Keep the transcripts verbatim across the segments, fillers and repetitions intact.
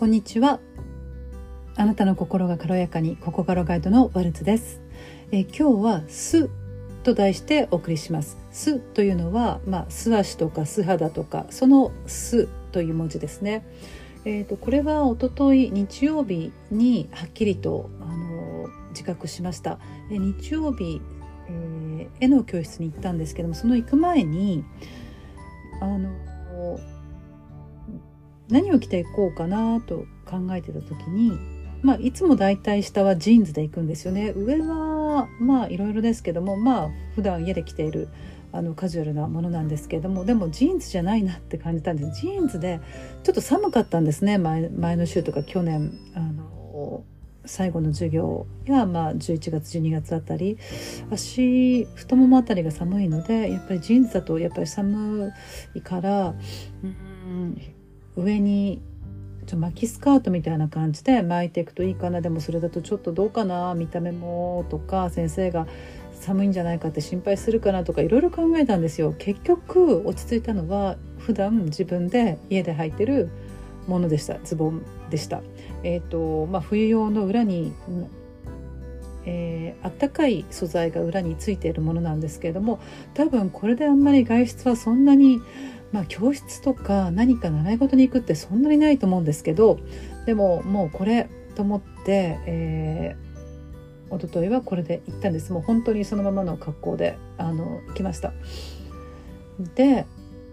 こんにちは。あなたの心が軽やかに、ココカロガイドのワルツです。え今日は素と題してお送りします。素というのは、まあ、素足とか素肌とか、その素という文字ですね。えーと、これはおととい日曜日にはっきりとあの自覚しました。え日曜日、えー、絵の教室に行ったんですけども、その行く前にあの何を着ていこうかなと考えてた時に、まあ、いつもだいたい下はジーンズで行くんですよね。上はまあいろいろですけども、まあ普段家で着ているあのカジュアルなものなんですけれども、でもジーンズじゃないなって感じたんです。ジーンズでちょっと寒かったんですね。 前, 前の週とか去年あの最後の授業や、まあ、じゅういちがつじゅうにがつあたり、足太ももあたりが寒いので、やっぱりジーンズだとやっぱり寒いから、うん上にちょ巻きスカートみたいな感じで巻いていくといいかな。でもそれだとちょっとどうかな、見た目もとか、先生が寒いんじゃないかって心配するかなとか、いろいろ考えたんですよ。結局落ち着いたのは、普段自分で家で履いてるものでした。ズボンでした。えーとまあ、冬用の裏に、えー、あったかい素材が裏についているものなんですけれども、多分これであんまり外出はそんなに、まあ、教室とか何か習い事に行くってそんなにないと思うんですけど、でももうこれと思って、えー、一昨日はこれで行ったんです。もう本当にそのままの格好であの行きました。で、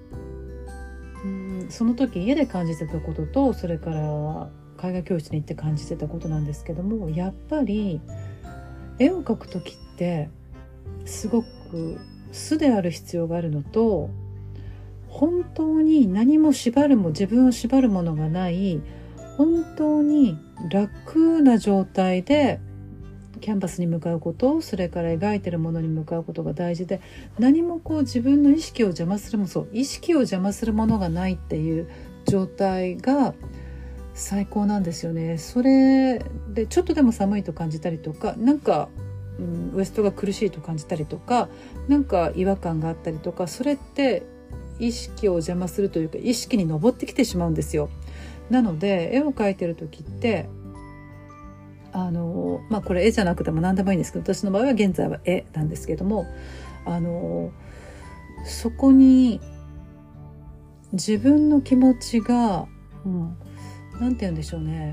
うんその時家で感じてたことと、それから絵画教室に行って感じてたことなんですけども、やっぱり絵を描く時ってすごく素である必要があるのと、本当に何も縛るも自分を縛るものがない、本当に楽な状態でキャンバスに向かうこと、それから描いてるものに向かうことが大事で、何もこう自分の意識を邪魔するもそう意識を邪魔するものがないっていう状態が最高なんですよね。それでちょっとでも寒いと感じたりとか、なんか、うん、ウエストが苦しいと感じたりとか、なんか違和感があったりとか、それって意識を邪魔するというか、意識に上ってきてしまうんですよ。なので絵を描いてる時ってあの、まあ、これ絵じゃなくても何でもいいんですけど、私の場合は現在は絵なんですけども、あのそこに自分の気持ちが、うん、なんて言うんでしょうね、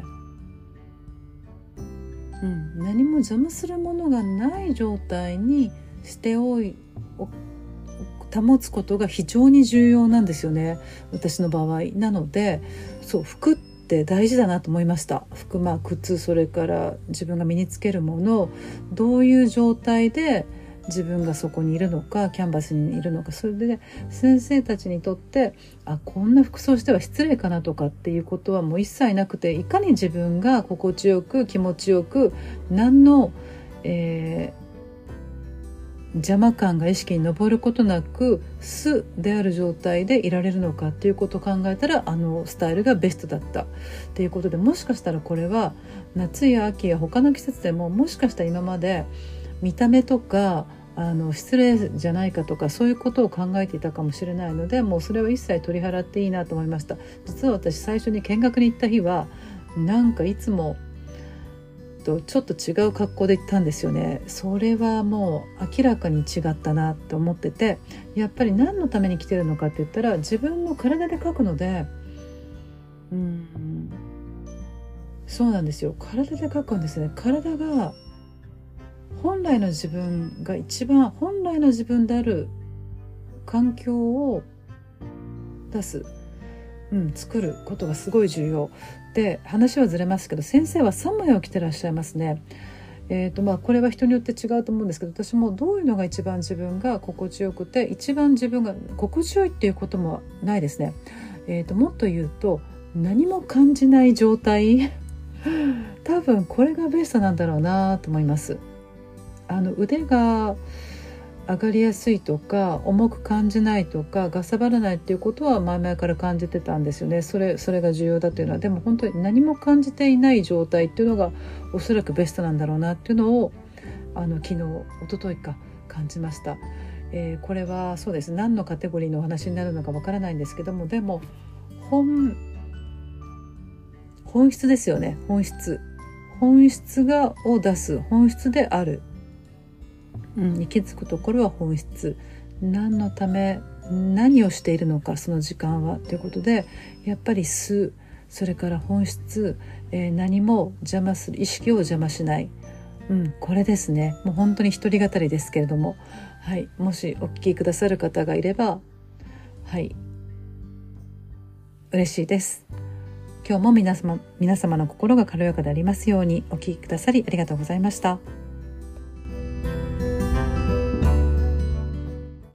うん、何も邪魔するものがない状態にしておい保つことが非常に重要なんですよね、私の場合。なので、そう服って大事だなと思いました。服、まあ靴、それから自分が身につけるもの、どういう状態で自分がそこにいるのか、キャンバスにいるのか、それで、ね、先生たちにとってあこんな服装しては失礼かなとかっていうことはもう一切なくて、いかに自分が心地よく気持ちよく、何の、えー邪魔感が意識に上ることなく素である状態でいられるのかっていうことを考えたら、あのスタイルがベストだったっていうことで、もしかしたらこれは夏や秋や他の季節でも、もしかしたら今まで見た目とかあの失礼じゃないかとか、そういうことを考えていたかもしれないので、もうそれを一切取り払っていいなと思いました。実は私最初に見学に行った日は、なんかいつもとちょっと違う格好で行ったんですよね。それはもう明らかに違ったなって思ってて、やっぱり何のために来てるのかって言ったら、自分の体で描くので、うーんそうなんですよ、体で描くんですね。体が本来の自分が一番本来の自分である環境を出す、うん、作ることがすごい重要で、話はずれますけど、先生はさんまいを着てらっしゃいますね。えーとまあ、これは人によって違うと思うんですけど、私もどういうのが一番自分が心地よくて、一番自分が心地よいっていうこともないですね。えーともっと言うと、何も感じない状態多分これがベストなんだろうなと思います。あの腕が上がりやすいとか、重く感じないとか、がさばらないっていうことは前々から感じてたんですよね。それそれが重要だというのは。でも本当に何も感じていない状態っていうのがおそらくベストなんだろうなっていうのを、あの昨日一昨日か感じました。えー、これはそうです、何のカテゴリーのお話になるのかわからないんですけども、でも本本質ですよね。本質本質がを出す、本質である、うん、行き着くところは本質、何のため何をしているのか、その時間はということで、やっぱり素、それから本質、えー、何も邪魔する、意識を邪魔しない、うん、これですね。もう本当に一人語りですけれども、はい、もしお聞きくださる方がいれば、はい嬉しいです。今日も皆様、皆様の心が軽やかでありますように。お聞きくださりありがとうございました。